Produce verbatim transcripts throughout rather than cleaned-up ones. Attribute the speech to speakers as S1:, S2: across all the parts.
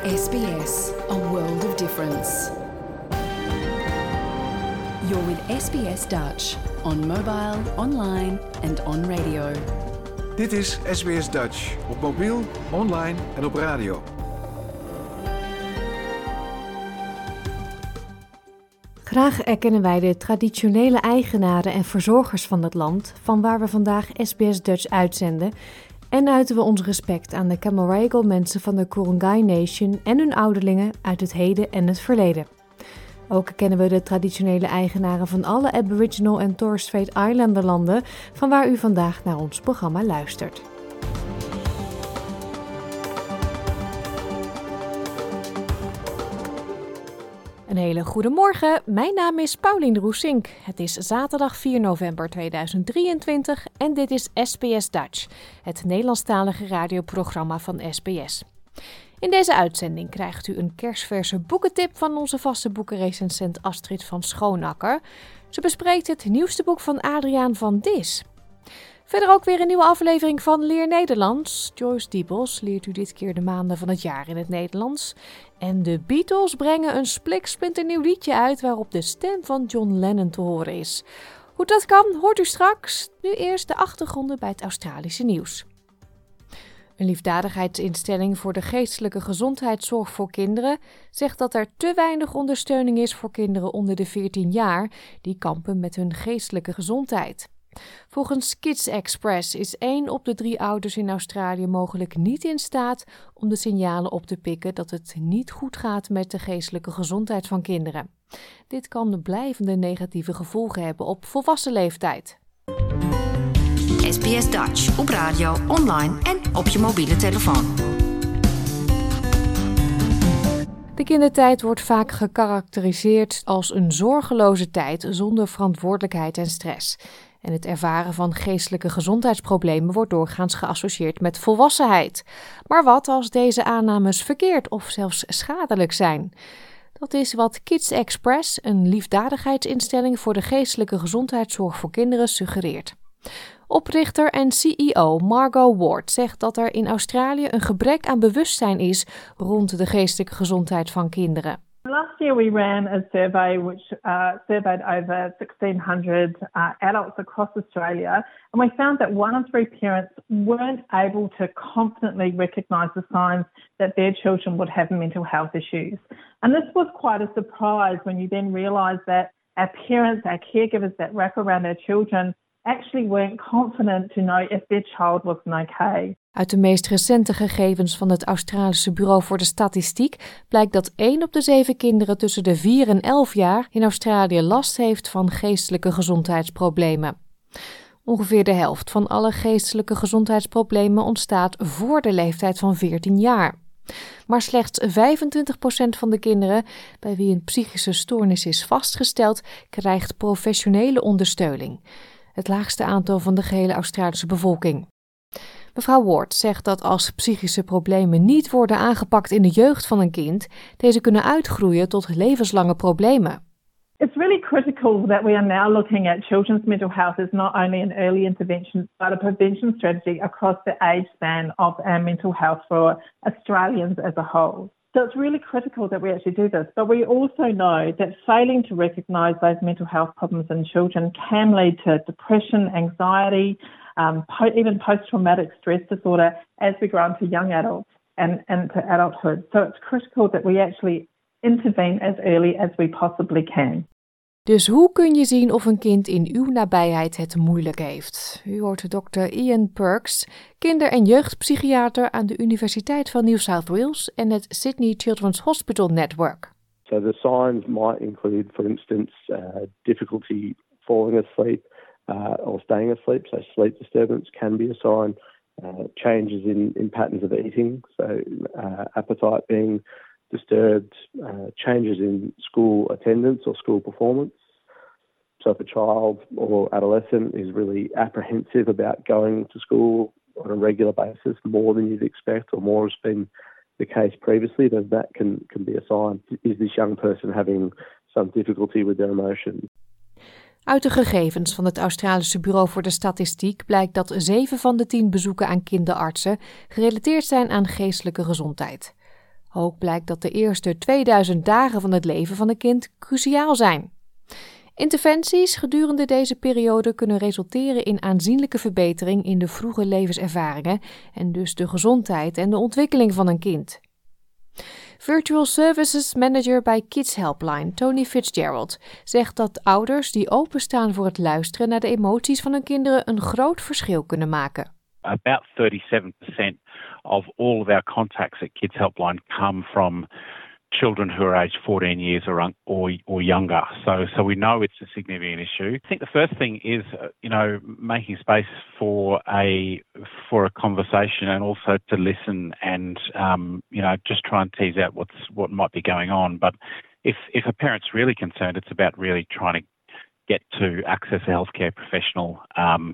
S1: S B S, a world of difference. You're with S B S Dutch, on mobile, online and on radio.
S2: Dit is S B S Dutch, op mobiel, online en op radio.
S3: Graag erkennen wij de traditionele eigenaren en verzorgers van het land, van waar we vandaag S B S Dutch uitzenden, en uiten we ons respect aan de Camaragal mensen van de Ku-ring-gai Nation en hun ouderlingen uit het heden en het verleden. Ook kennen we de traditionele eigenaren van alle Aboriginal en Torres Strait Islander landen, van waar u vandaag naar ons programma luistert. Een hele goede morgen, mijn naam is Paulien de Roesink. Het is zaterdag vier november tweeduizend drieëntwintig en dit is S B S Dutch, het Nederlandstalige radioprogramma van S B S. In deze uitzending krijgt u een kersverse boekentip van onze vaste boekenrecensent Astrid van Schoonacker. Ze bespreekt het nieuwste boek van Adriaan van Dis. Verder ook weer een nieuwe aflevering van Leer Nederlands. Joyce Diebels leert u dit keer de maanden van het jaar in het Nederlands. En de Beatles brengen een spliksplinternieuw liedje uit waarop de stem van John Lennon te horen is. Hoe dat kan, hoort u straks. Nu eerst de achtergronden bij het Australische nieuws. Een liefdadigheidsinstelling voor de geestelijke gezondheidszorg voor kinderen zegt dat er te weinig ondersteuning is voor kinderen onder de veertien jaar die kampen met hun geestelijke gezondheid. Volgens Kids Express is één op de drie ouders in Australië mogelijk niet in staat om de signalen op te pikken dat het niet goed gaat met de geestelijke gezondheid van kinderen. Dit kan blijvende negatieve gevolgen hebben op volwassen leeftijd.
S4: S B S Dutch op radio, online en op je mobiele telefoon.
S3: De kindertijd wordt vaak gekarakteriseerd als een zorgeloze tijd zonder verantwoordelijkheid en stress. En het ervaren van geestelijke gezondheidsproblemen wordt doorgaans geassocieerd met volwassenheid. Maar wat als deze aannames verkeerd of zelfs schadelijk zijn? Dat is wat Kids Express, een liefdadigheidsinstelling voor de geestelijke gezondheidszorg voor kinderen, suggereert. Oprichter en C E O Margot Ward zegt dat er in Australië een gebrek aan bewustzijn is rond de geestelijke gezondheid van kinderen.
S5: Last year we ran a survey which uh, surveyed over sixteen hundred uh, adults across Australia, and we found that one in three parents weren't able to confidently recognise the signs that their children would have mental health issues. And this was quite a surprise when you then realise that our parents, our caregivers that wrap around our children actually weren't confident to know if their child was okay.
S3: Uit de meest recente gegevens van het Australische Bureau voor de Statistiek blijkt dat één op de zeven kinderen tussen de vier en elf jaar in Australië last heeft van geestelijke gezondheidsproblemen. Ongeveer de helft van alle geestelijke gezondheidsproblemen ontstaat voor de leeftijd van veertien jaar. Maar slechts vijfentwintig procent van de kinderen bij wie een psychische stoornis is vastgesteld, krijgt professionele ondersteuning. Het laagste aantal van de gehele Australische bevolking. Mevrouw Ward zegt dat als psychische problemen niet worden aangepakt in de jeugd van een kind, deze kunnen uitgroeien tot levenslange problemen.
S5: It's really critical that we are now looking at children's mental health as not only an early intervention but a prevention strategy across the age span of our mental health for Australians as a whole. So it's really critical that we actually do this. But we also know that failing to recognise those mental health problems in children can lead to depression, anxiety, um, po- even post-traumatic stress disorder as we grow into young adults and into adulthood. So it's critical that we actually intervene as early as we possibly can.
S3: Dus hoe kun je zien of een kind in uw nabijheid het moeilijk heeft? U hoort dokter Ian Perks, kinder- en jeugdpsychiater aan de Universiteit van New South Wales en het Sydney Children's Hospital Network.
S6: So the signs might include, for instance, uh, difficulty falling asleep uh, or staying asleep. So sleep disturbance can be a sign. Uh, changes in, in patterns of eating, so uh, appetite being disturbed, uh, changes in school attendance or school performance. So if a child or adolescent is really apprehensive about going to school on a regular basis, more than you'd expect or more has been the case previously, then that can, can be a sign. Is this young person having some difficulty with their emotions?
S3: Uit de gegevens van het Australische Bureau voor de Statistiek blijkt dat zeven van de tien bezoeken aan kinderartsen gerelateerd zijn aan geestelijke gezondheid. Ook blijkt dat de eerste tweeduizend dagen van het leven van een kind cruciaal zijn. Interventies gedurende deze periode kunnen resulteren in aanzienlijke verbetering in de vroege levenservaringen en dus de gezondheid en de ontwikkeling van een kind. Virtual Services Manager bij Kids Helpline, Tony Fitzgerald, zegt dat ouders die openstaan voor het luisteren naar de emoties van hun kinderen een groot verschil kunnen maken.
S7: About thirty-seven percent of all of our contacts at Kids Helpline come from children who are aged fourteen years or, or or younger. So so we know it's a significant issue. I think the first thing is, uh, you know, making space for a for a conversation and also to listen and um, you know, just try and tease out what's what might be going on. But if if a parent's really concerned, it's about really trying to get to access a healthcare professional um,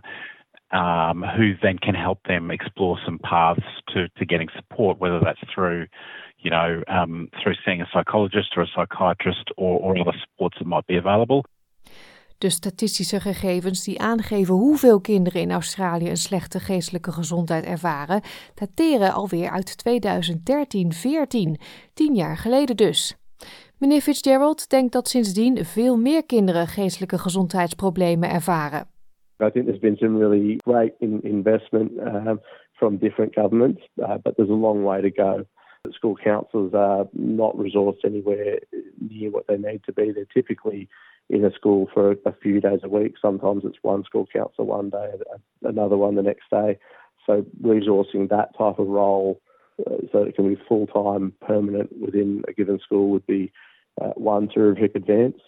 S7: um, who then can help them explore some paths to to getting support, whether that's through you know, um, through seeing a psychologist or a psychiatrist or, or other supports that might be available.
S3: De statistische gegevens die aangeven hoeveel kinderen in Australië een slechte geestelijke gezondheid ervaren, dateren alweer uit tweeduizend dertien veertien, tien jaar geleden dus. Meneer Fitzgerald denkt dat sindsdien veel meer kinderen geestelijke gezondheidsproblemen ervaren.
S6: I think there's been some really great in investment um, from different governments, uh, but there's a long way to go. School counsellors are not resourced anywhere near what they need to be. They're typically in a school for a few days a week. Sometimes it's one school counsellor one day, another one the next day. So resourcing that type of role uh, so it can be full-time, permanent within a given school would be uh, one terrific advance.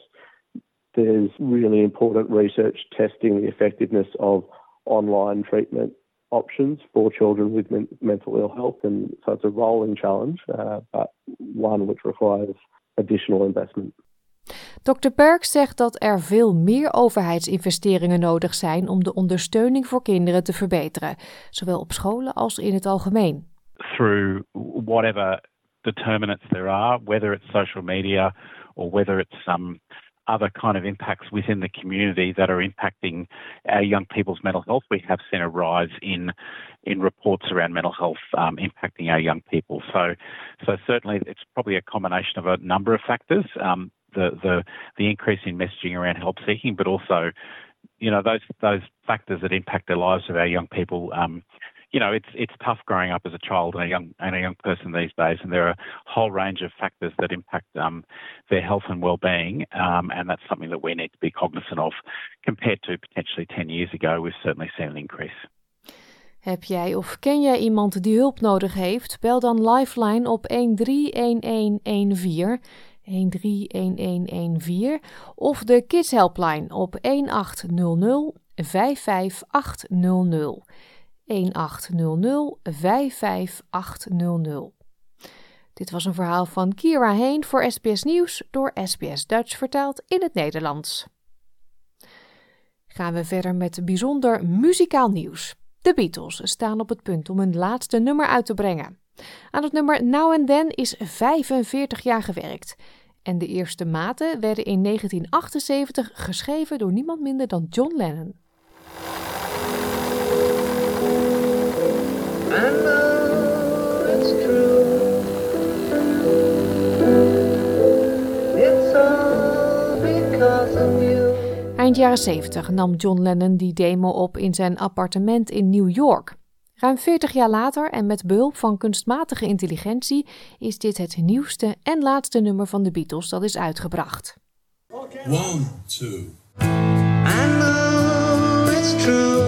S6: There's really important research testing the effectiveness of online treatment options for children with men- mental ill health, and so it's a rolling challenge, uh, but one which requires additional investment.
S3: dokter Perk zegt dat er veel meer overheidsinvesteringen nodig zijn om de ondersteuning voor kinderen te verbeteren, zowel op scholen als in het algemeen.
S7: Through whatever determinants there are, whether it's social media or whether it's um, other kind of impacts within the community that are impacting our young people's mental health. We have seen a rise in in reports around mental health um, impacting our young people. So, so certainly it's probably a combination of a number of factors. Um, the the the increase in messaging around help seeking, but also, you know, those those factors that impact the lives of our young people. Um, You know, it's it's tough growing up as a child and a young and a young person these days, and there are a whole range of factors that impact um, their health and well-being, um, and that's something that we need to be cognizant of. Compared to potentially ten years ago, we've certainly seen an increase.
S3: Heb jij of ken jij iemand die hulp nodig heeft? Bel dan Lifeline op een drie een een een vier, een drie een een een vier of de Kids Helpline op een acht nul nul vijf vijf acht nul nul. een acht nul nul vijf vijf acht nul nul. Dit was een verhaal van Kira Heen voor S B S Nieuws door S B S Dutch vertaald in het Nederlands. Gaan we verder met bijzonder muzikaal nieuws. De Beatles staan op het punt om hun laatste nummer uit te brengen. Aan het nummer Now and Then is vijfenveertig jaar gewerkt. En de eerste maten werden in negentien achtenzeventig geschreven door niemand minder dan John Lennon.
S8: I know it's true. It's all because of you.
S3: Eind jaren zeventig nam John Lennon die demo op in zijn appartement in New York. Ruim veertig jaar later en met behulp van kunstmatige intelligentie is dit het nieuwste en laatste nummer van de Beatles dat is uitgebracht.
S8: One, two. I know it's true.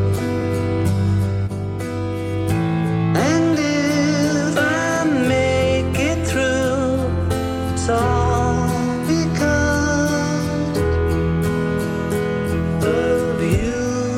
S8: And if I make it through, it's all because of you.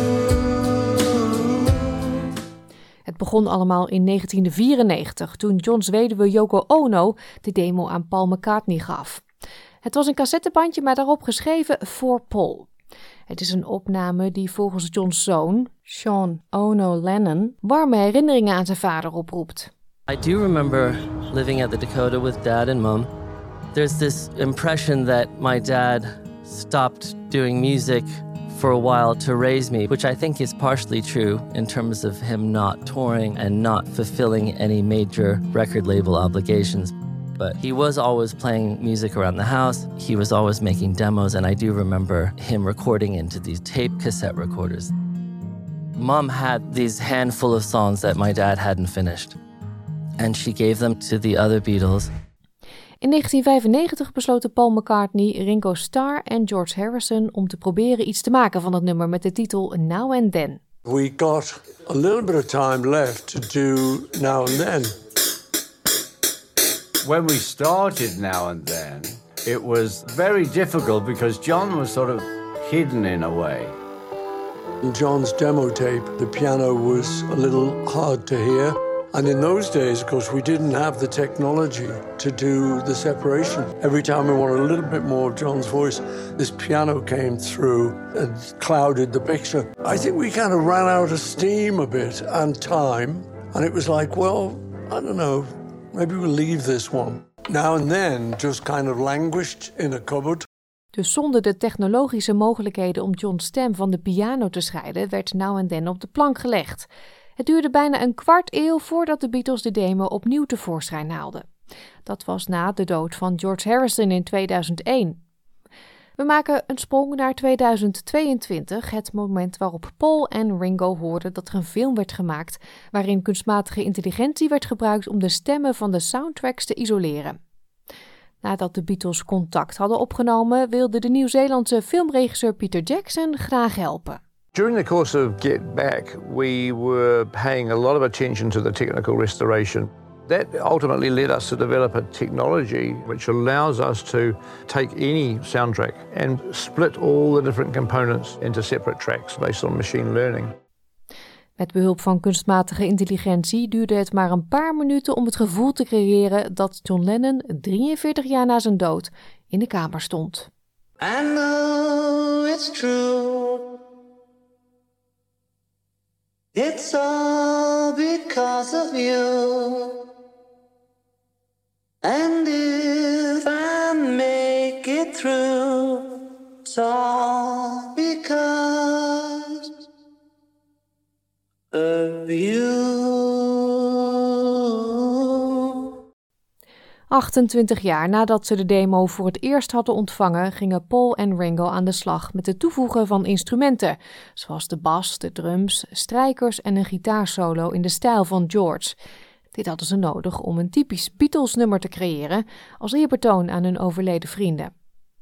S3: Het begon allemaal in negentien vierennegentig toen John's weduwe Yoko Ono de demo aan Paul McCartney gaf. Het was een cassettebandje, maar daarop geschreven voor Paul. Het is een opname die volgens John's zoon, Sean Ono Lennon, warme herinneringen aan zijn vader oproept.
S9: I do remember living at the Dakota with Dad and Mom. There's this impression that my dad stopped doing music for a while to raise me, which I think is partially true in terms of him not touring and not fulfilling any major record label obligations. But he was always playing music around the house. He was always making demos, and I do remember him recording into these tape cassette recorders. Mom had these handful of songs that my dad hadn't finished, and she gave them to the other Beatles.
S3: In negentien vijfennegentig besloten Paul McCartney, Ringo Starr en George Harrison om te proberen iets te maken van het nummer met de titel Now and Then.
S10: We got a little bit of time left to do Now and Then.
S11: When we started Now and Then, it was very difficult because John was sort of hidden in a way.
S10: In John's demo tape, the piano was a little hard to hear. And in those days, of course, we didn't have the technology to do the separation. Every time we wanted a little bit more of John's voice, this piano came through and clouded the picture. I think we kind of ran out of steam a bit and time. And it was like, well, I don't know, maybe we'll leave this one. Now and Then just kind of languished in a cupboard.
S3: Dus zonder de technologische mogelijkheden om John's stem van de piano te scheiden, werd Now and Then op de plank gelegd. Het duurde bijna een kwart eeuw voordat de Beatles de demo opnieuw tevoorschijn haalden. Dat was na de dood van George Harrison in tweeduizend één. We maken een sprong naar tweeduizend tweeëntwintig, het moment waarop Paul en Ringo hoorden dat er een film werd gemaakt waarin kunstmatige intelligentie werd gebruikt om de stemmen van de soundtracks te isoleren. Nadat de Beatles contact hadden opgenomen, wilde de Nieuw-Zeelandse filmregisseur Peter Jackson graag helpen.
S2: During the course of Get Back, we were paying a lot of attention to the technical restoration. That ultimately led us to develop a technology which allows us to take any soundtrack and split all the different components into separate tracks based on machine learning.
S3: Met behulp van kunstmatige intelligentie duurde het maar een paar minuten om het gevoel te creëren dat John Lennon drieënveertig jaar na zijn dood in de kamer stond.
S8: I know it's true. It's all because of you. And if I make it through, it's all because of you.
S3: achtentwintig jaar nadat ze de demo voor het eerst hadden ontvangen, gingen Paul en Ringo aan de slag met het toevoegen van instrumenten, zoals de bas, de drums, strijkers en een gitaarsolo in de stijl van George. Dit hadden ze nodig om een typisch Beatles-nummer te creëren als eerbetoon aan hun overleden vrienden.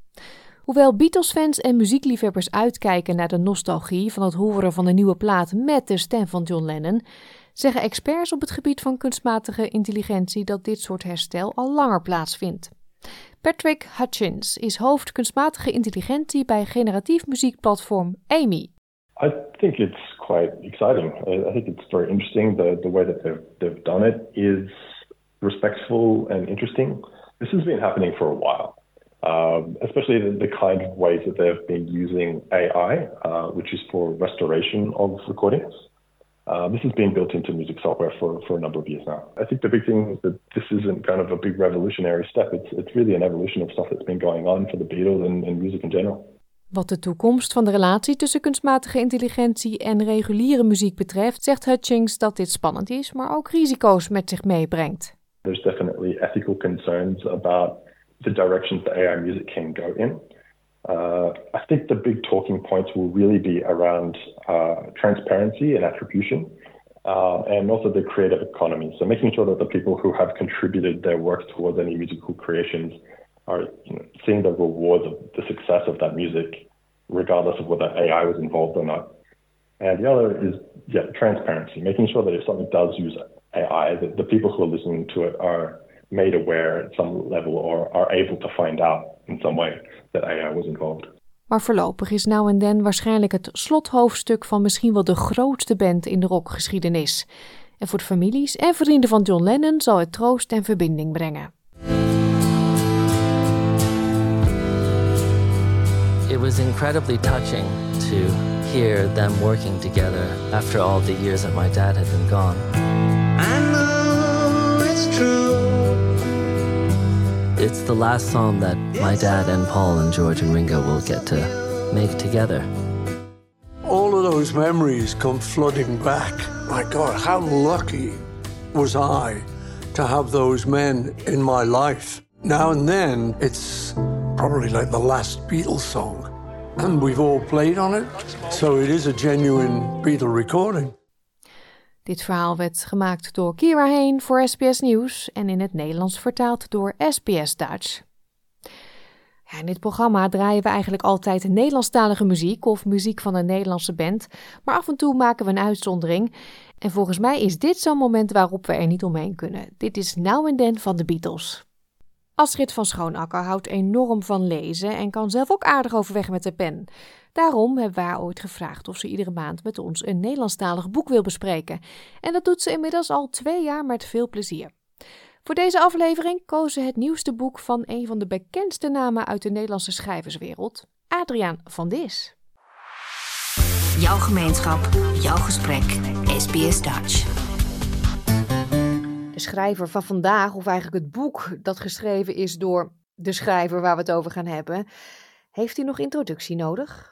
S3: Hoewel Beatles-fans en muziekliefhebbers uitkijken naar de nostalgie van het horen van de nieuwe plaat met de stem van John Lennon, zeggen experts op het gebied van kunstmatige intelligentie dat dit soort herstel al langer plaatsvindt. Patrick Hutchins is hoofd kunstmatige intelligentie bij generatief muziekplatform Amy.
S12: I think it's quite exciting. I think it's very interesting. The the way that they've they've done it is respectful and interesting. This has been happening for a while, um, especially the, the kind of ways that they've been using A I, uh, which is for restoration of recordings. Uh, this has been built into music software for, for a number of years now. I think the big thing is that this isn't kind of a big revolutionary step. It's it's really an evolution of stuff that's been going on for the Beatles and, and music in general.
S3: Wat de toekomst van de relatie tussen kunstmatige intelligentie en reguliere muziek betreft, zegt Hutchins dat dit spannend is, maar ook risico's met zich meebrengt.
S12: There's definitely ethical concerns about the directions that A I music can go in. Uh, I think the big talking points will really be around uh, transparency and attribution, uh, and also the creative economy. So making sure that the people who have contributed their work towards any musical creations are you know, seeing the rewards of the success of that music, regardless of whether A I was involved or not. And the other is yeah, transparency, making sure that if something does use A I, that the people who are listening to it are made aware at some level or are able to find out in some way that A I was involved.
S3: Maar voorlopig is Now and Then waarschijnlijk het slothoofdstuk van misschien wel de grootste band in de rockgeschiedenis. En voor de families en vrienden van John Lennon zal het troost en verbinding brengen.
S9: It was incredibly touching to hear them working together after all the years that my dad had been gone.
S8: I know it's true.
S9: It's the last song that my dad and Paul and George and Ringo will get to make together.
S10: those memories come flooding back. My God, how lucky was I to have those men in my life. Now and then, it's probably like the last Beatles song. And we've all played on it, so it is a genuine Beatle recording.
S3: Dit verhaal werd gemaakt door Kira Heen voor S B S Nieuws en in het Nederlands vertaald door S B S Dutch. Ja, in dit programma draaien we eigenlijk altijd Nederlandstalige muziek of muziek van een Nederlandse band, maar af en toe maken we een uitzondering. En volgens mij is dit zo'n moment waarop we er niet omheen kunnen. Dit is Now and Then van de Beatles. Astrid van Schoonakker houdt enorm van lezen en kan zelf ook aardig overweg met de pen. Daarom hebben we haar ooit gevraagd of ze iedere maand met ons een Nederlandstalig boek wil bespreken. En dat doet ze inmiddels al twee jaar met veel plezier. Voor deze aflevering koos ze het nieuwste boek van een van de bekendste namen uit de Nederlandse schrijverswereld, Adriaan van Dis.
S4: Jouw gemeenschap, jouw gesprek, S B S Dutch.
S3: De schrijver van vandaag, of eigenlijk het boek dat geschreven is door de schrijver waar we het over gaan hebben, heeft hij nog introductie nodig?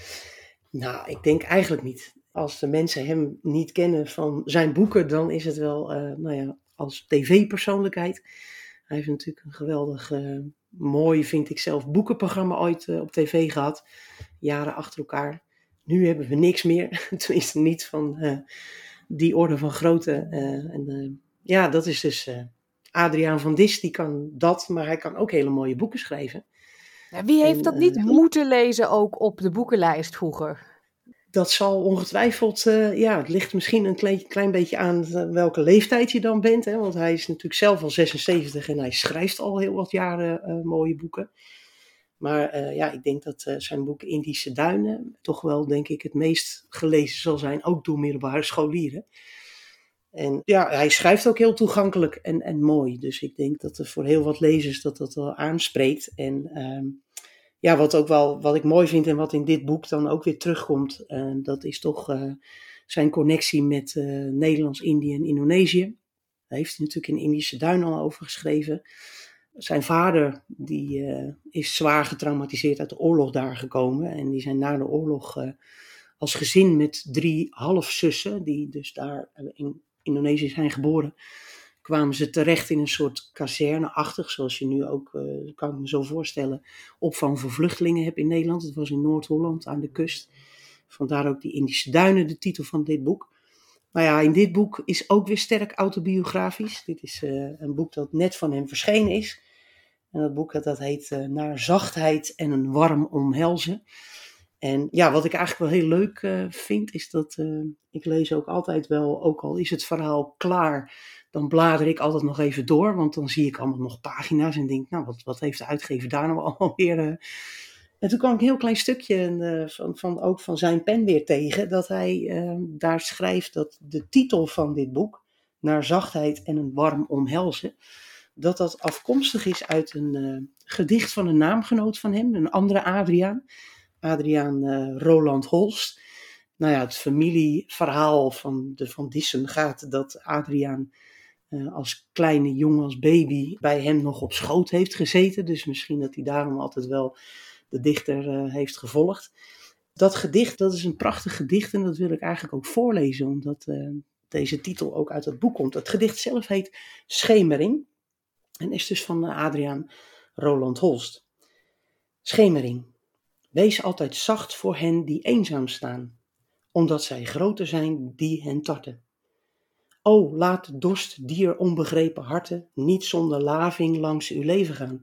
S13: Nou, ik denk eigenlijk niet. Als de mensen hem niet kennen van zijn boeken, dan is het wel, uh, nou ja, als tv-persoonlijkheid. Hij heeft natuurlijk een geweldig, uh, mooi, vind ik zelf, boekenprogramma ooit uh, op tv gehad. Jaren achter elkaar. Nu hebben we niks meer. Tenminste niet van uh, die orde van grootte. Uh, en, uh, ja, dat is dus uh, Adriaan van Dis. Die kan dat, maar hij kan ook hele mooie boeken schrijven.
S3: Ja, wie heeft
S13: en,
S3: dat niet
S13: uh,
S3: moeten lezen ook op de boekenlijst vroeger?
S13: Dat zal ongetwijfeld, uh, ja, het ligt misschien een klein, klein beetje aan uh, welke leeftijd je dan bent. Hè? Want hij is natuurlijk zelf al zesenzeventig en hij schrijft al heel wat jaren uh, mooie boeken. Maar uh, ja, ik denk dat uh, zijn boek Indische Duinen toch wel, denk ik, het meest gelezen zal zijn, ook door middelbare scholieren. En ja, hij schrijft ook heel toegankelijk en, en mooi. Dus ik denk dat er voor heel wat lezers dat dat wel aanspreekt. En uh, ja, wat ook wel, wat ik mooi vind en wat in dit boek dan ook weer terugkomt, uh, dat is toch uh, zijn connectie met uh, Nederlands-Indië en Indonesië. Daar heeft hij natuurlijk in Indische Duinen al over geschreven. Zijn vader die, uh, is zwaar getraumatiseerd uit de oorlog daar gekomen. En die zijn na de oorlog uh, als gezin met drie halfzussen, die dus daar in Indonesië zijn geboren, kwamen ze terecht in een soort kazerneachtig, zoals je nu ook, uh, kan ik me zo voorstellen, opvang voor vluchtelingen hebt in Nederland. Het was in Noord-Holland aan de kust. Vandaar ook die Indische Duinen, de titel van dit boek. Nou ja, in dit boek is ook weer sterk autobiografisch. Dit is uh, een boek dat net van hem verschenen is. En dat boek dat heet uh, Naar zachtheid en een warm omhelzen. En ja, wat ik eigenlijk wel heel leuk uh, vind, is dat uh, ik lees ook altijd wel, ook al is het verhaal klaar, dan blader ik altijd nog even door, want dan zie ik allemaal nog pagina's en denk, nou, wat, wat heeft de uitgever daar nou allemaal weer? Uh... En toen kwam ik een heel klein stukje uh, van, van, ook van zijn pen weer tegen, dat hij uh, daar schrijft dat de titel van dit boek, Naar zachtheid en een warm omhelzen, dat dat afkomstig is uit een uh, gedicht van een naamgenoot van hem, een andere Adriaan. Adriaan uh, Roland Holst. Nou ja, het familieverhaal van de Van Dissen gaat dat Adriaan uh, als kleine jongen, als baby, bij hem nog op schoot heeft gezeten. Dus misschien dat hij daarom altijd wel de dichter uh, heeft gevolgd. Dat gedicht, dat is een prachtig gedicht en dat wil ik eigenlijk ook voorlezen, omdat uh, deze titel ook uit het boek komt. Het gedicht zelf heet Schemering en is dus van uh, Adriaan Roland Holst. Schemering. Wees altijd zacht voor hen die eenzaam staan, omdat zij groter zijn die hen tarten. O, laat de dorst dier onbegrepen harten niet zonder laving langs uw leven gaan.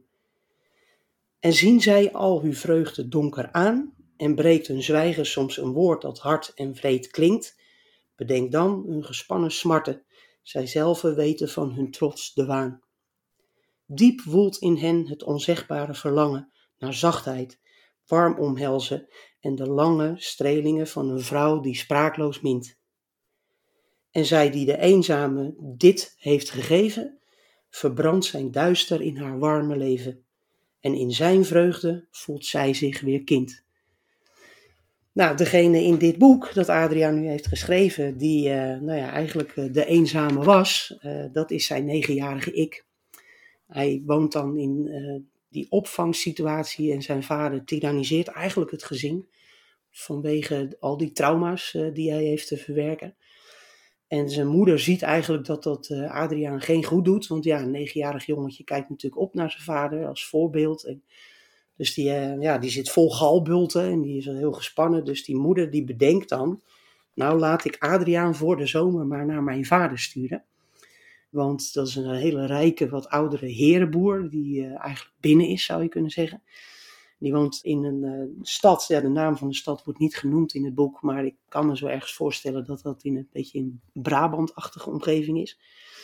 S13: En zien zij al uw vreugde donker aan, en breekt hun zwijgen soms een woord dat hard en vreed klinkt, bedenk dan hun gespannen smarten, zij zelven weten van hun trots de waan. Diep woelt in hen het onzegbare verlangen naar zachtheid, warm omhelzen en de lange strelingen van een vrouw die spraakloos mint. En zij die de eenzame dit heeft gegeven, verbrandt zijn duister in haar warme leven. En in zijn vreugde voelt zij zich weer kind. Nou, degene in dit boek dat Adriaan nu heeft geschreven, die uh, nou ja, eigenlijk uh, de eenzame was, uh, dat is zijn negenjarige ik. Hij woont dan in uh, die opvangsituatie en zijn vader tyranniseert eigenlijk het gezin. vanwege al die trauma's uh, die hij heeft te verwerken. En zijn moeder ziet eigenlijk dat dat uh, Adriaan geen goed doet. Want ja, een negenjarig jongetje kijkt natuurlijk op naar zijn vader als voorbeeld. En dus die, uh, ja, die zit vol galbulten en die is heel gespannen. Dus die moeder die bedenkt dan, nou laat ik Adriaan voor de zomer maar naar mijn vader sturen. Want dat is een hele rijke, wat oudere herenboer die uh, eigenlijk binnen is, zou je kunnen zeggen. Die woont in een uh, stad, ja, de naam van de stad wordt niet genoemd in het boek, maar ik kan me zo ergens voorstellen dat dat in een beetje een Brabant-achtige omgeving is.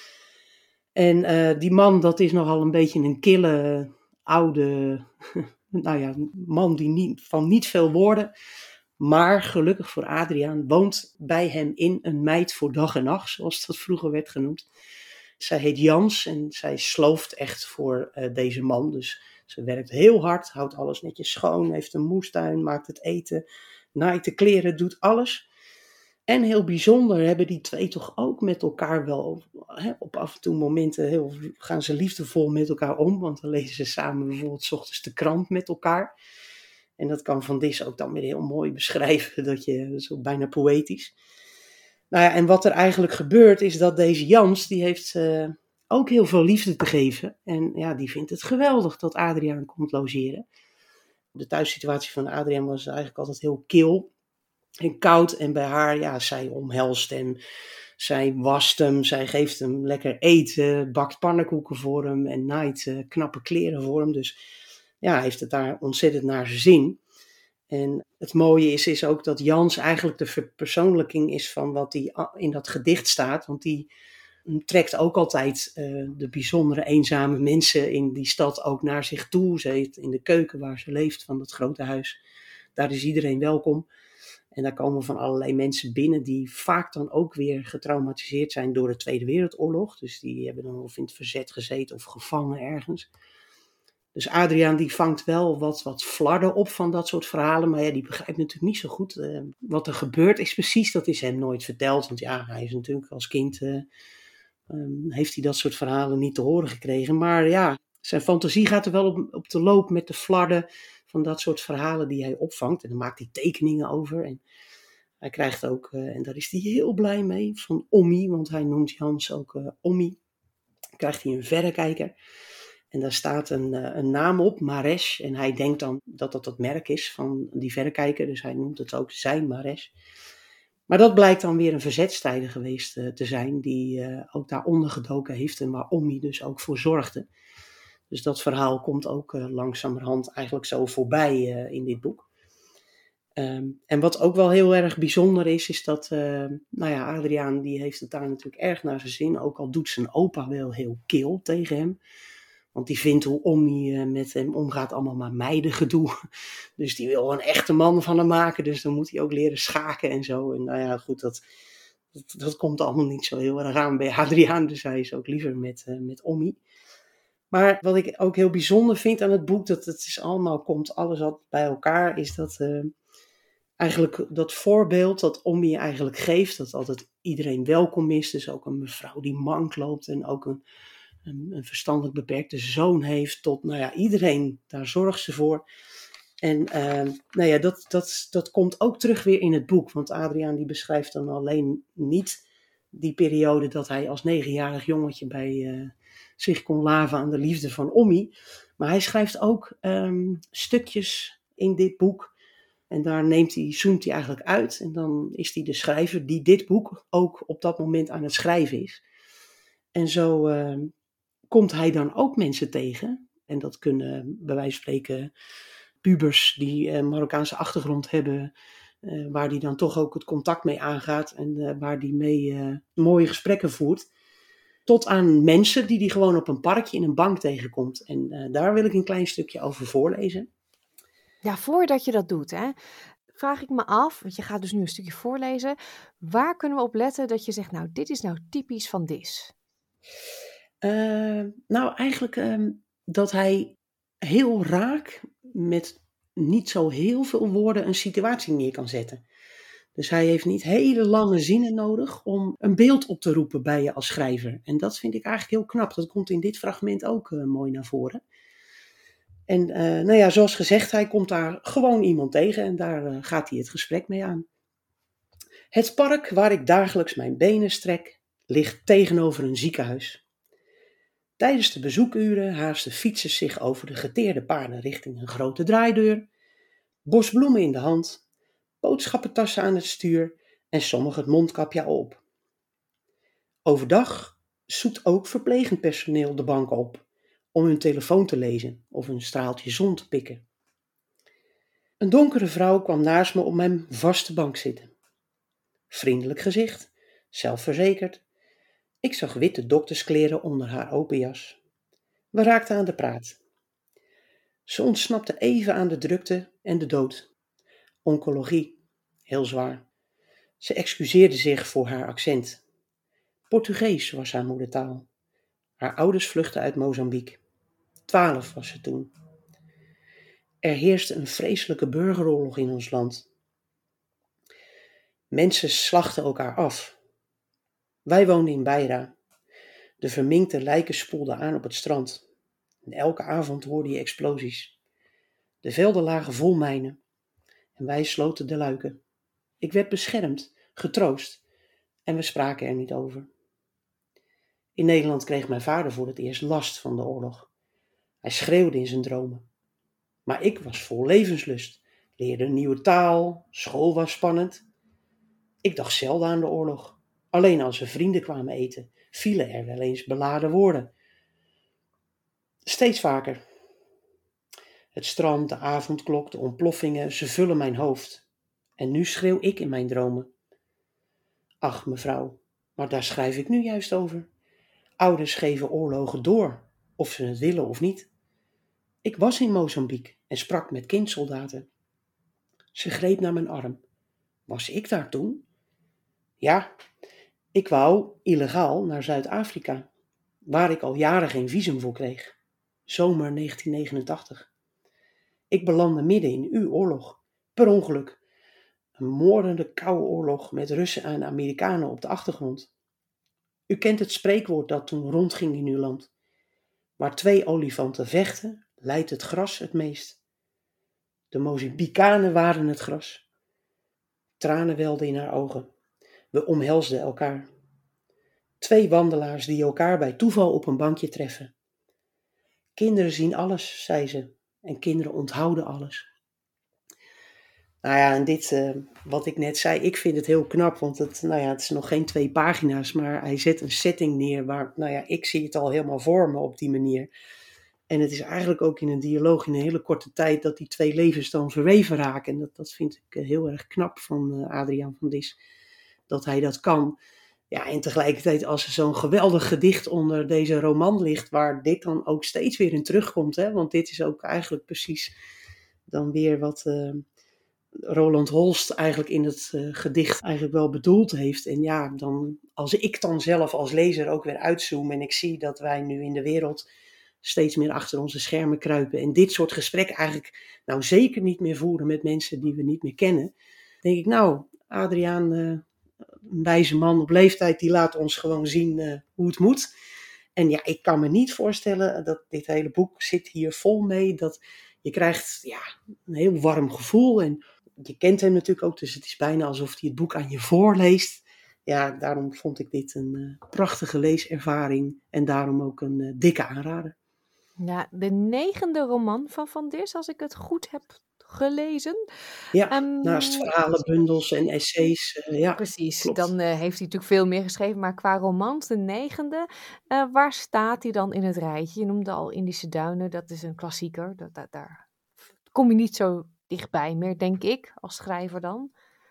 S13: En uh, die man, dat is nogal een beetje een kille, oude, nou ja, man die niet, van niet veel woorden. Maar gelukkig voor Adriaan woont bij hem in een meid voor dag en nacht, zoals dat vroeger werd genoemd. Zij heet Jans en zij slooft echt voor uh, deze man. Dus ze werkt heel hard, houdt alles netjes schoon, heeft een moestuin, maakt het eten, naait de kleren, doet alles. En heel bijzonder hebben die twee toch ook met elkaar wel, hè, op af en toe momenten heel, gaan ze liefdevol met elkaar om. Want dan lezen ze samen bijvoorbeeld 's ochtends de krant met elkaar. En dat kan Van Dis ook dan weer heel mooi beschrijven, dat je zo bijna poëtisch. Nou ja, en wat er eigenlijk gebeurt is dat deze Jans, die heeft uh, ook heel veel liefde te geven. En ja, die vindt het geweldig dat Adriaan komt logeren. De thuissituatie van Adriaan was eigenlijk altijd heel kil en koud. En bij haar, ja, zij omhelst hem, zij wast hem, zij geeft hem lekker eten, bakt pannenkoeken voor hem en naait uh, knappe kleren voor hem. Dus ja, hij heeft het daar ontzettend naar zijn zin. En het mooie is, is ook dat Jans eigenlijk de verpersoonlijking is van wat die in dat gedicht staat. Want die trekt ook altijd uh, de bijzondere eenzame mensen in die stad ook naar zich toe. Ze heeft in de keuken waar ze leeft van dat grote huis, daar is iedereen welkom. En daar komen van allerlei mensen binnen die vaak dan ook weer getraumatiseerd zijn door de Tweede Wereldoorlog. Dus die hebben dan of in het verzet gezeten of gevangen ergens. Dus Adriaan die vangt wel wat, wat flarden op van dat soort verhalen. Maar ja, die begrijpt natuurlijk niet zo goed uh, wat er gebeurd is precies. Dat is hem nooit verteld. Want ja, hij is natuurlijk als kind, uh, um, heeft hij dat soort verhalen niet te horen gekregen. Maar ja, zijn fantasie gaat er wel op, op de loop met de flarden van dat soort verhalen die hij opvangt. En dan maakt hij tekeningen over. En hij krijgt ook, uh, en daar is hij heel blij mee, van Ommi. Want hij noemt Jans ook uh, Ommi. Dan krijgt hij een verrekijker. En daar staat een, een naam op, Mares. En hij denkt dan dat dat het merk is van die verrekijker. Dus hij noemt het ook zijn Mares. Maar dat blijkt dan weer een verzetstrijder geweest uh, te zijn. Die uh, ook daar ondergedoken heeft. En waar Ommi dus ook voor zorgde. Dus dat verhaal komt ook uh, langzamerhand eigenlijk zo voorbij uh, in dit boek. Um, en wat ook wel heel erg bijzonder is, is dat, uh, nou ja, Adriaan die heeft het daar natuurlijk erg naar zijn zin. Ook al doet zijn opa wel heel kil tegen hem. Want die vindt hoe Ommi uh, met hem omgaat allemaal maar meidengedoe. Dus die wil een echte man van hem maken. Dus dan moet hij ook leren schaken en zo. En nou ja, goed, dat, dat, dat komt allemaal niet zo heel erg aan bij Adriaan. Dus hij is ook liever met, uh, met Ommi. Maar wat ik ook heel bijzonder vind aan het boek, dat het is allemaal, komt alles altijd bij elkaar, is dat uh, eigenlijk dat voorbeeld dat Ommi eigenlijk geeft, dat altijd iedereen welkom is. Dus ook een mevrouw die mank loopt en ook een, een, een verstandelijk beperkte zoon heeft, tot, nou ja, iedereen, daar zorgt ze voor. En uh, nou ja, dat, dat, dat komt ook terug weer in het boek, want Adriaan die beschrijft dan alleen niet die periode dat hij als negenjarig jongetje bij uh, zich kon laven aan de liefde van Ommi. Maar hij schrijft ook um, stukjes in dit boek. En daar neemt hij, zoomt hij eigenlijk uit. En dan is hij de schrijver die dit boek ook op dat moment aan het schrijven is. En zo uh, komt hij dan ook mensen tegen. En dat kunnen bij wijze van spreken pubers die uh, Marokkaanse achtergrond hebben. Uh, waar die dan toch ook het contact mee aangaat. En uh, waar die mee uh, mooie gesprekken voert. Tot aan mensen die die gewoon op een parkje in een bank tegenkomt. En uh, daar wil ik een klein stukje over voorlezen.
S3: Ja, voordat je dat doet, hè, vraag ik me af, want je gaat dus nu een stukje voorlezen. Waar kunnen we op letten dat je zegt, nou, dit is nou typisch Van Dis?
S13: Uh, nou, eigenlijk uh, dat hij heel raak met niet zo heel veel woorden een situatie neer kan zetten. Dus hij heeft niet hele lange zinnen nodig om een beeld op te roepen bij je als schrijver. En dat vind ik eigenlijk heel knap. Dat komt in dit fragment ook uh, mooi naar voren. En uh, nou ja, zoals gezegd, hij komt daar gewoon iemand tegen en daar uh, gaat hij het gesprek mee aan. Het park waar ik dagelijks mijn benen strek, ligt tegenover een ziekenhuis. Tijdens de bezoekuren haasten fietsers zich over de geteerde paarden richting een grote draaideur, bos bloemen in de hand, boodschappentassen aan het stuur en sommigen het mondkapje al op. Overdag zoekt ook verplegend personeel de bank op om hun telefoon te lezen of een straaltje zon te pikken. Een donkere vrouw kwam naast me op mijn vaste bank zitten. Vriendelijk gezicht, zelfverzekerd. Ik zag witte dokterskleren onder haar open jas. We raakten aan de praat. Ze ontsnapte even aan de drukte en de dood. Oncologie, heel zwaar. Ze excuseerde zich voor haar accent. Portugees was haar moedertaal. Haar ouders vluchtten uit Mozambique. Twaalf was ze toen. Er heerste een vreselijke burgeroorlog in ons land. Mensen slachten elkaar af. Wij woonden in Beira. De verminkte lijken spoelden aan op het strand. En elke avond hoorde je explosies. De velden lagen vol mijnen. En wij sloten de luiken. Ik werd beschermd, getroost. En we spraken er niet over. In Nederland kreeg mijn vader voor het eerst last van de oorlog. Hij schreeuwde in zijn dromen. Maar ik was vol levenslust, leerde een nieuwe taal, school was spannend. Ik dacht zelden aan de oorlog. Alleen als we vrienden kwamen eten, vielen er wel eens beladen woorden. Steeds vaker. Het strand, de avondklok, de ontploffingen, ze vullen mijn hoofd. En nu schreeuw ik in mijn dromen. Ach, mevrouw, maar daar schrijf ik nu juist over. Ouders geven oorlogen door, of ze het willen of niet. Ik was in Mozambique en sprak met kindsoldaten. Ze greep naar mijn arm. Was ik daar toen? Ja, ik wou illegaal naar Zuid-Afrika, waar ik al jaren geen visum voor kreeg. Zomer negentien negenentachtig. Ik belandde midden in uw oorlog, per ongeluk. Een moordende koude oorlog met Russen en Amerikanen op de achtergrond. U kent het spreekwoord dat toen rondging in uw land. Waar twee olifanten vechten, leidt het gras het meest. De Mozambicanen waren het gras. Tranen welden in haar ogen. We omhelsden elkaar. Twee wandelaars die elkaar bij toeval op een bankje treffen. Kinderen zien alles, zei ze, en kinderen onthouden alles. Nou ja, en dit, uh, wat ik net zei, ik vind het heel knap, want het, nou ja, het is nog geen twee pagina's, maar hij zet een setting neer waar, nou ja, ik zie het al helemaal voor me op die manier. En het is eigenlijk ook in een dialoog in een hele korte tijd dat die twee levens dan verweven raken. En dat, dat vind ik uh, heel erg knap van uh, Adriaan van Dis, dat hij dat kan. Ja, en tegelijkertijd als er zo'n geweldig gedicht onder deze roman ligt, waar dit dan ook steeds weer in terugkomt, hè, want dit is ook eigenlijk precies dan weer wat Uh, Roland Holst eigenlijk in het uh, gedicht eigenlijk wel bedoeld heeft. En ja, dan, als ik dan zelf als lezer ook weer uitzoom en ik zie dat wij nu in de wereld steeds meer achter onze schermen kruipen en dit soort gesprekken eigenlijk nou zeker niet meer voeren met mensen die we niet meer kennen, denk ik nou, Adriaan, uh, een wijze man op leeftijd, die laat ons gewoon zien uh, hoe het moet. En ja, ik kan me niet voorstellen dat dit hele boek zit hier vol mee, dat je krijgt ja, een heel warm gevoel en je kent hem natuurlijk ook, dus het is bijna alsof hij het boek aan je voorleest. Ja, daarom vond ik dit een uh, prachtige leeservaring en daarom ook een uh, dikke aanrader.
S3: Ja, de negende roman van Van Dis, als ik het goed heb gelezen.
S13: Ja,
S3: um,
S13: naast verhalenbundels en essays. Uh, ja,
S3: precies,
S13: klopt.
S3: Dan uh, heeft hij natuurlijk veel meer geschreven, maar qua romans, de negende, uh, waar staat hij dan in het rijtje? Je noemde al Indische Duinen, dat is een klassieker. Dat, dat, daar kom je niet zo dichtbij meer, denk ik, als schrijver dan.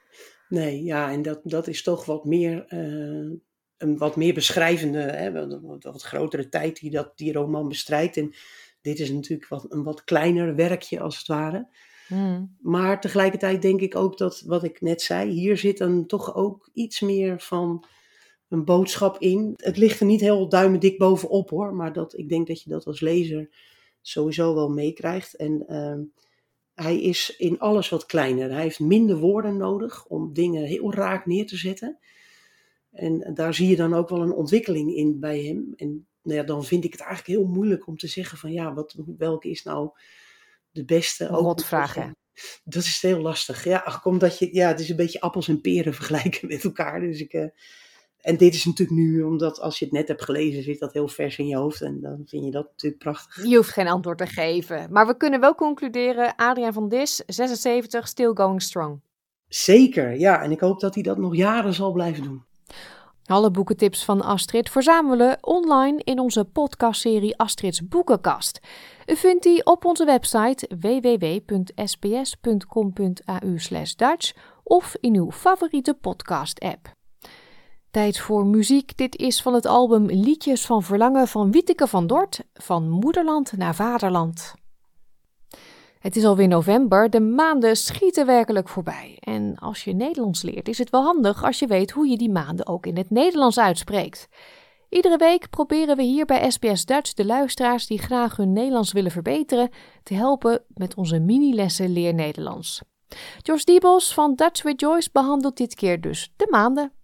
S13: Nee, ja, en dat, dat is toch wat meer, uh, een wat meer beschrijvende, hè, wat, wat grotere tijd die dat, die roman bestrijkt. En dit is natuurlijk wat, een wat kleiner werkje, als het ware. Hmm. Maar tegelijkertijd denk ik ook dat, wat ik net zei, hier zit dan toch ook iets meer van een boodschap in. Het ligt er niet heel duimendik bovenop, hoor, maar dat, ik denk dat je dat als lezer sowieso wel meekrijgt. En uh, hij is in alles wat kleiner. Hij heeft minder woorden nodig om dingen heel raak neer te zetten. En daar zie je dan ook wel een ontwikkeling in bij hem. En nou ja, dan vind ik het eigenlijk heel moeilijk om te zeggen van ja, wat, welke is nou de beste.
S3: Rotvragen.
S13: Dat is heel lastig. Ja, ach, omdat je, ja, het is een beetje appels en peren vergelijken met elkaar. Dus ik, uh, en dit is natuurlijk nu, omdat als je het net hebt gelezen, zit dat heel vers in je hoofd. En dan vind je dat natuurlijk prachtig.
S3: Je hoeft geen antwoord te geven. Maar we kunnen wel concluderen, Adriaan van Dis, zesenzeventig, still going strong.
S13: Zeker, ja. En ik hoop dat hij dat nog jaren zal blijven doen.
S3: Alle boekentips van Astrid verzamelen online in onze podcastserie Astrid's Boekenkast. U vindt die op onze website w w w punt s b s punt com punt a u slash Dutch of in uw favoriete podcast-app. Tijd voor muziek. Dit is van het album Liedjes van Verlangen van Wieteke van Dort, van moederland naar vaderland. Het is alweer november, de maanden schieten werkelijk voorbij. En als je Nederlands leert, is het wel handig als je weet hoe je die maanden ook in het Nederlands uitspreekt. Iedere week proberen we hier bij S B S Dutch de luisteraars die graag hun Nederlands willen verbeteren te helpen met onze mini-lessen Leer Nederlands. Jos Diebos van Dutch with Joyce behandelt dit keer dus de maanden.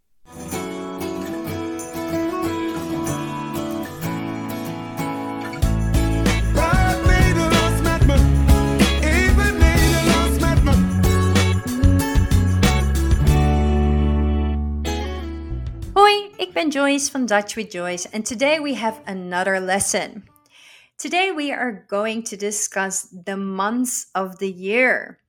S14: Hoi, ik ben Joyce van Dutch with Joyce and today we have another lesson. Today we are going to discuss the months of the year.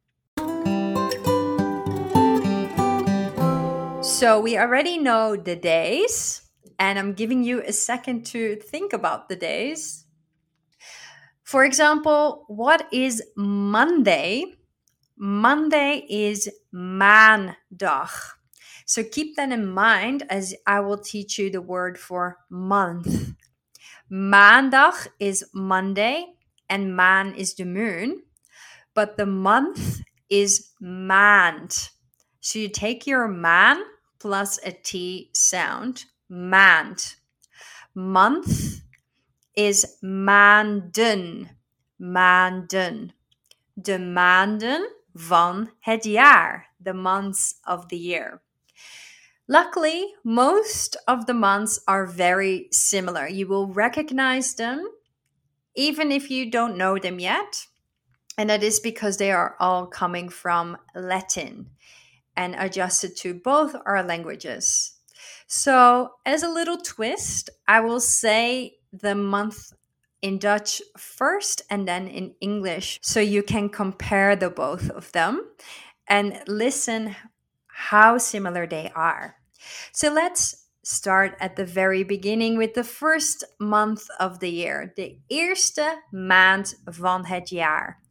S14: So we already know the days and I'm giving you a second to think about the days. For example, what is Monday? Monday is maandag. So keep that in mind as I will teach you the word for month. Maandag is Monday and maan is the moon. But the month is maand. So you take your maan plus a T sound. Maand. Month is maanden. Maanden. De maanden van het jaar. The months of the year. Luckily, most of the months are very similar. You will recognize them even if you don't know them yet. And that is because they are all coming from Latin and adjusted to both our languages. So, as a little twist, I will say the month in Dutch first and then in English so you can compare the both of them and listen how similar they are. So let's start at the very beginning with the first month of the year. De eerste maand van het jaar.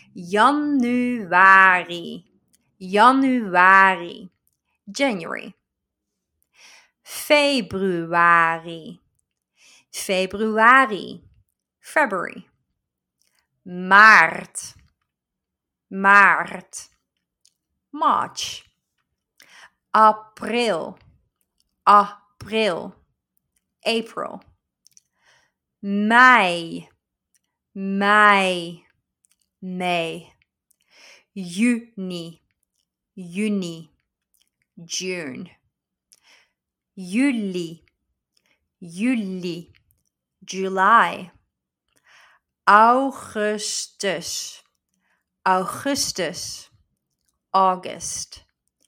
S14: Januari. Januari. January. Februari. Februari. February. Maart. Maart. March. April. April. April. Mei. Mei. May. Juni. Juni. June. Juli. Juli. July. Augustus. Augustus. August.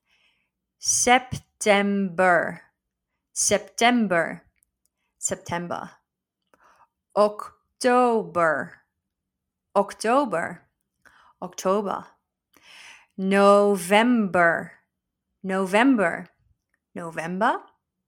S14: September. September. September. October. October. October. November. November. November.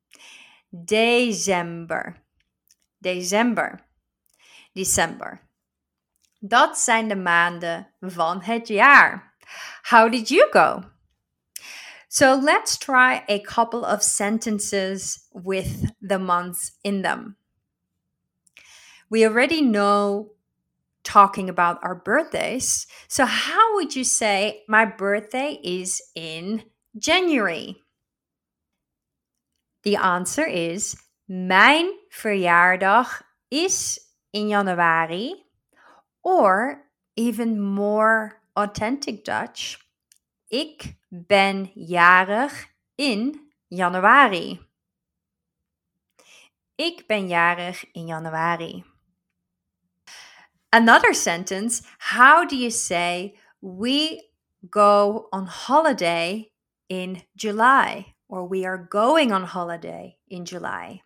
S14: December. December. December. Dat zijn de maanden van het jaar. How did you go? So let's try a couple of sentences with the months in them. We already know talking about our birthdays. So how would you say my birthday is in January? The answer is mijn verjaardag is in januari. Or even more authentic Dutch, ik ben jarig in januari. Ik ben jarig in januari. Another sentence, how do you say we go on holiday in July? Or we are going on holiday in July.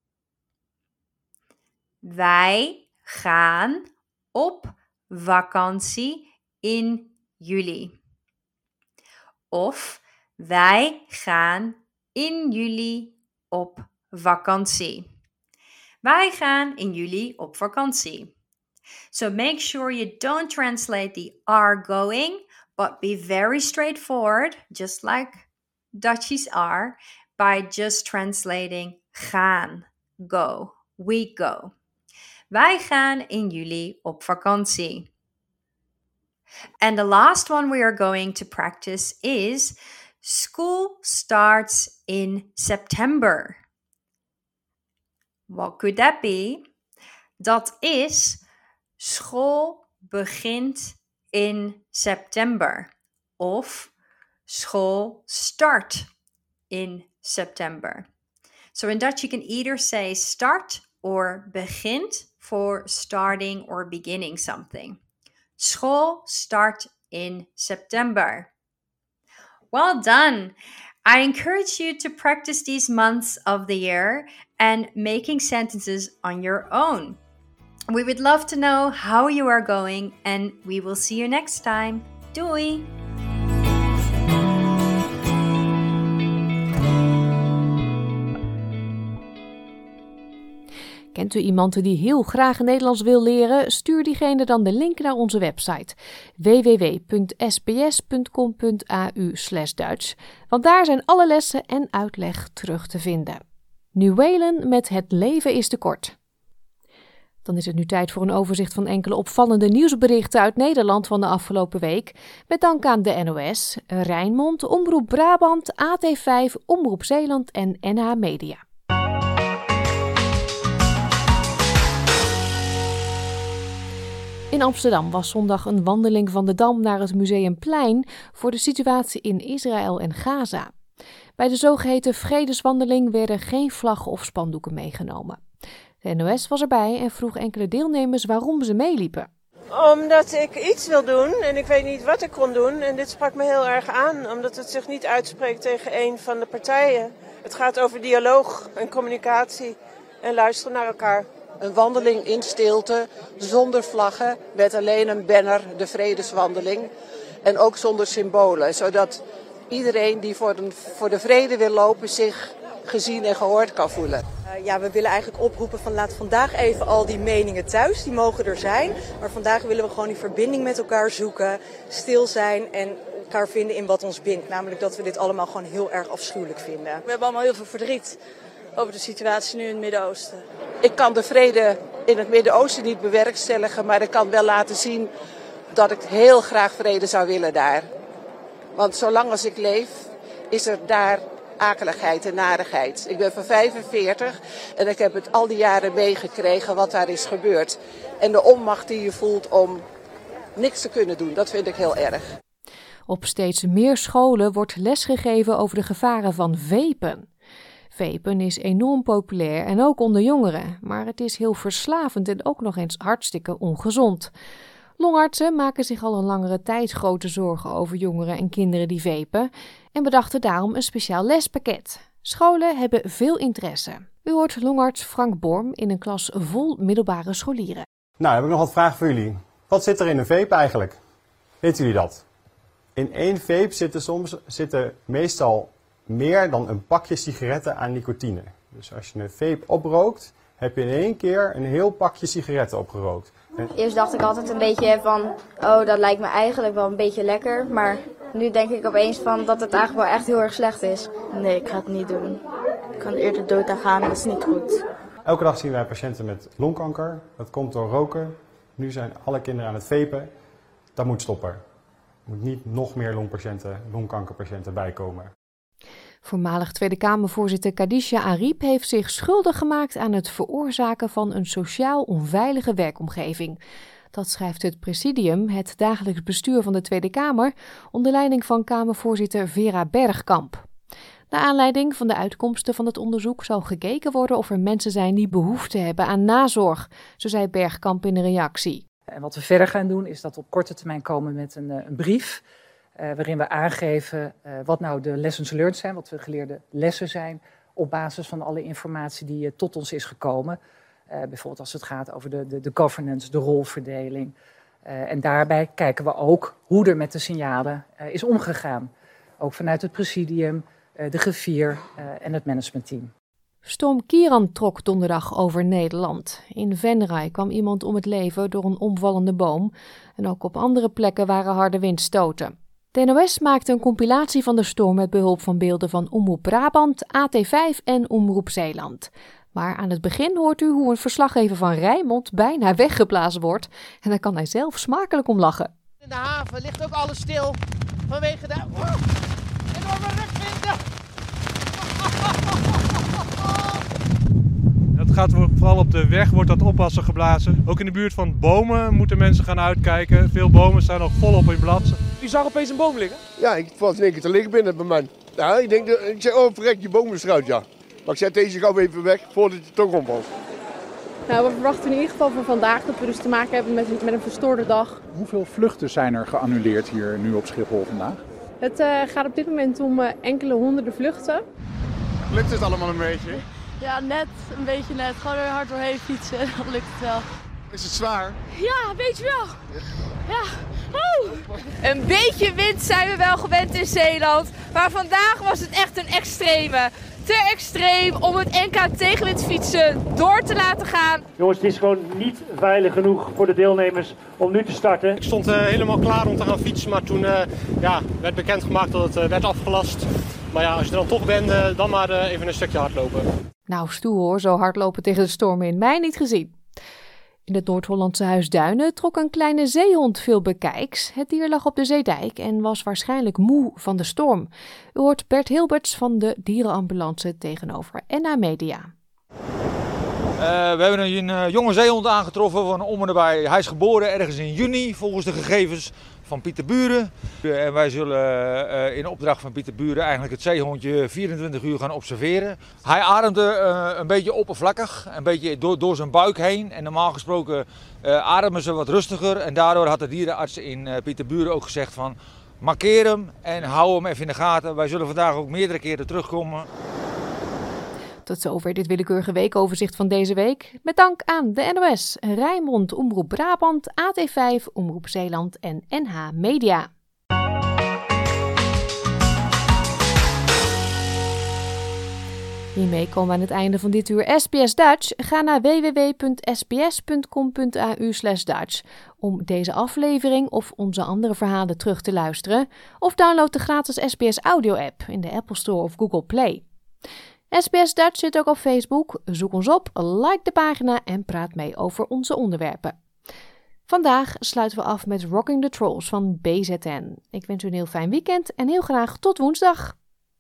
S14: Wij gaan op vakantie in juli. Of wij gaan in juli op vakantie. Wij gaan in juli op vakantie. So make sure you don't translate the are going, but be very straightforward, just like Dutchies are, by just translating gaan, go, we go. Wij gaan in juli op vakantie. And the last one we are going to practice is school starts in September. What could that be? Dat is school begint in september. Of school start in September. So in Dutch you can either say start or begint for starting or beginning something. School start in September. Well done. I encourage you to practice these months of the year and making sentences on your own. We would love to know how you are going and we will see you next time. Doei!
S3: Kent u iemand die heel graag Nederlands wil leren? Stuur diegene dan de link naar onze website w w w punt s b s punt com punt a u slash Duits. Want daar zijn alle lessen en uitleg terug te vinden. Nu Waylon met Het leven is te kort. Dan is het nu tijd voor een overzicht van enkele opvallende nieuwsberichten uit Nederland van de afgelopen week. Met dank aan de N O S, Rijnmond, Omroep Brabant, A T vijf, Omroep Zeeland en N H Media. In Amsterdam was zondag een wandeling van de Dam naar het Museumplein voor de situatie in Israël en Gaza. Bij de zogeheten vredeswandeling werden geen vlaggen of spandoeken meegenomen. De N O S was erbij en vroeg enkele deelnemers waarom ze meeliepen.
S15: Omdat ik iets wil doen en ik weet niet wat ik kon doen. En dit sprak me heel erg aan, omdat het zich niet uitspreekt tegen een van de partijen. Het gaat over dialoog en communicatie en luisteren naar elkaar.
S16: Een wandeling in stilte, zonder vlaggen, met alleen een banner, de vredeswandeling. En ook zonder symbolen, zodat iedereen die voor de, voor de vrede wil lopen zich gezien en gehoord kan voelen.
S17: Uh, ja, we willen eigenlijk oproepen van laat vandaag even al die meningen thuis, die mogen er zijn. Maar vandaag willen we gewoon die verbinding met elkaar zoeken, stil zijn en elkaar vinden in wat ons bindt. Namelijk dat we dit allemaal gewoon heel erg afschuwelijk vinden.
S18: We hebben allemaal heel veel verdriet over de situatie nu in het Midden-Oosten.
S16: Ik kan de vrede in het Midden-Oosten niet bewerkstelligen, maar ik kan wel laten zien dat ik heel graag vrede zou willen daar. Want zolang als ik leef, is er daar akeligheid en narigheid. Ik ben van vijfenveertig en ik heb het al die jaren meegekregen wat daar is gebeurd. En de onmacht die je voelt om niks te kunnen doen, dat vind ik heel erg.
S3: Op steeds meer scholen wordt lesgegeven over de gevaren van vapen. Vapen is enorm populair en ook onder jongeren, maar het is heel verslavend en ook nog eens hartstikke ongezond. Longartsen maken zich al een langere tijd grote zorgen over jongeren en kinderen die vapen en bedachten daarom een speciaal lespakket. Scholen hebben veel interesse. U hoort longarts Frank Borm in een klas vol middelbare scholieren.
S19: Nou, heb ik nog wat vragen voor jullie. Wat zit er in een vape eigenlijk? Weten jullie dat? In één vape zitten soms zitten meestal meer dan een pakje sigaretten aan nicotine. Dus als je een vape oprookt, heb je in één keer een heel pakje sigaretten opgerookt. En
S20: eerst dacht ik altijd een beetje van, oh dat lijkt me eigenlijk wel een beetje lekker. Maar nu denk ik opeens van dat het eigenlijk wel echt heel erg slecht is.
S21: Nee, ik ga het niet doen. Ik kan eerder dood aan gaan, dat is niet goed.
S19: Elke dag zien wij patiënten met longkanker. Dat komt door roken. Nu zijn alle kinderen aan het vapen. Dat moet stoppen. Er moet niet nog meer longpatiënten, longkankerpatiënten bijkomen.
S3: Voormalig Tweede Kamervoorzitter Khadija Arib heeft zich schuldig gemaakt aan het veroorzaken van een sociaal onveilige werkomgeving. Dat schrijft het Presidium, het dagelijks bestuur van de Tweede Kamer, onder leiding van Kamervoorzitter Vera Bergkamp. Naar aanleiding van de uitkomsten van het onderzoek zal gekeken worden of er mensen zijn die behoefte hebben aan nazorg, zo zei Bergkamp in een reactie.
S1: En wat we verder gaan doen is dat we op korte termijn komen met een, een brief uh, waarin we aangeven uh, wat nou de lessons learned zijn, wat de geleerde lessen zijn op basis van alle informatie die uh, tot ons is gekomen. Uh, bijvoorbeeld als het gaat over de, de, de governance, de rolverdeling. Uh, en daarbij kijken we ook hoe er met de signalen uh, is omgegaan. Ook vanuit het presidium, uh, de griffier uh, en het managementteam.
S3: Storm Kiran trok donderdag over Nederland. In Venray kwam iemand om het leven door een omvallende boom. En ook op andere plekken waren harde windstoten. De N O S maakte een compilatie van de storm met behulp van beelden van Omroep Brabant, A T vijf en Omroep Zeeland. Maar aan het begin hoort u hoe een verslaggever van Rijnmond bijna weggeblazen wordt. En daar kan hij zelf smakelijk om lachen.
S22: In de haven ligt ook alles stil vanwege de oh, enorme rukwinden.
S23: Het gaat vooral op de weg, wordt dat oppassen geblazen. Ook in de buurt van bomen moeten mensen gaan uitkijken. Veel bomen staan nog volop in blad.
S24: U zag opeens een boom liggen?
S25: Ja, ik was in één keer te liggen binnen bij mij. Ja, ik denk, ik zeg, oh verrek, je boom is eruit, ja. Maar ik zet deze gauw even weg voordat het toch omvalt.
S26: Nou, we verwachten in ieder geval voor vandaag dat we dus te maken hebben met, met een verstoorde dag.
S27: Hoeveel vluchten zijn er geannuleerd hier nu op Schiphol vandaag?
S26: Het uh, gaat op dit moment om uh, enkele honderden vluchten.
S25: Lukt het allemaal een beetje?
S21: Ja, net, een beetje net. Gewoon er hard doorheen fietsen, dan lukt het wel.
S25: Is het zwaar?
S21: Ja, een beetje wel. Ja.
S28: Oeh. Een beetje wind zijn we wel gewend in Zeeland, maar vandaag was het echt een extreme. Te extreem om het N K tegenwindfietsen door te laten gaan.
S29: Jongens, het is gewoon niet veilig genoeg voor de deelnemers om nu te starten.
S30: Ik stond uh, helemaal klaar om te gaan fietsen, maar toen uh, ja, werd bekendgemaakt dat het uh, werd afgelast. Maar ja, als je er dan toch bent, uh, dan maar uh, even een stukje hardlopen.
S3: Nou, stoer hoor, zo hardlopen tegen de storm in. Mij niet gezien. In het Noord-Hollandse Huis Duinen trok een kleine zeehond veel bekijks. Het dier lag op de zeedijk en was waarschijnlijk moe van de storm. U hoort Bert Hilberts van de dierenambulance tegenover N H Media.
S31: Uh, we hebben een uh, jonge zeehond aangetroffen van om en nabij. Hij is geboren ergens in juni volgens de gegevens van Pieter Buren. Uh, en wij zullen uh, in opdracht van Pieter Buren eigenlijk het zeehondje vierentwintig uur gaan observeren. Hij ademde uh, een beetje oppervlakkig, een beetje door, door zijn buik heen. En normaal gesproken uh, ademen ze wat rustiger. En daardoor had de dierenarts in uh, Pieter Buren ook gezegd van markeer hem en hou hem even in de gaten. Wij zullen vandaag ook meerdere keren terugkomen.
S3: Tot zover dit willekeurige weekoverzicht van deze week. Met dank aan de N O S, Rijnmond, Omroep Brabant, A T vijf, Omroep Zeeland en N H Media. Hiermee komen we aan het einde van dit uur S B S Dutch. Ga naar w w w punt s b s punt com punt a u slash Dutch om deze aflevering of onze andere verhalen terug te luisteren. Of download de gratis S B S Audio app in de Apple Store of Google Play. S B S Dutch zit ook op Facebook. Zoek ons op, like de pagina en praat mee over onze onderwerpen. Vandaag sluiten we af met Rocking the Trolls van B Z N. Ik wens u een heel fijn weekend en heel graag tot woensdag.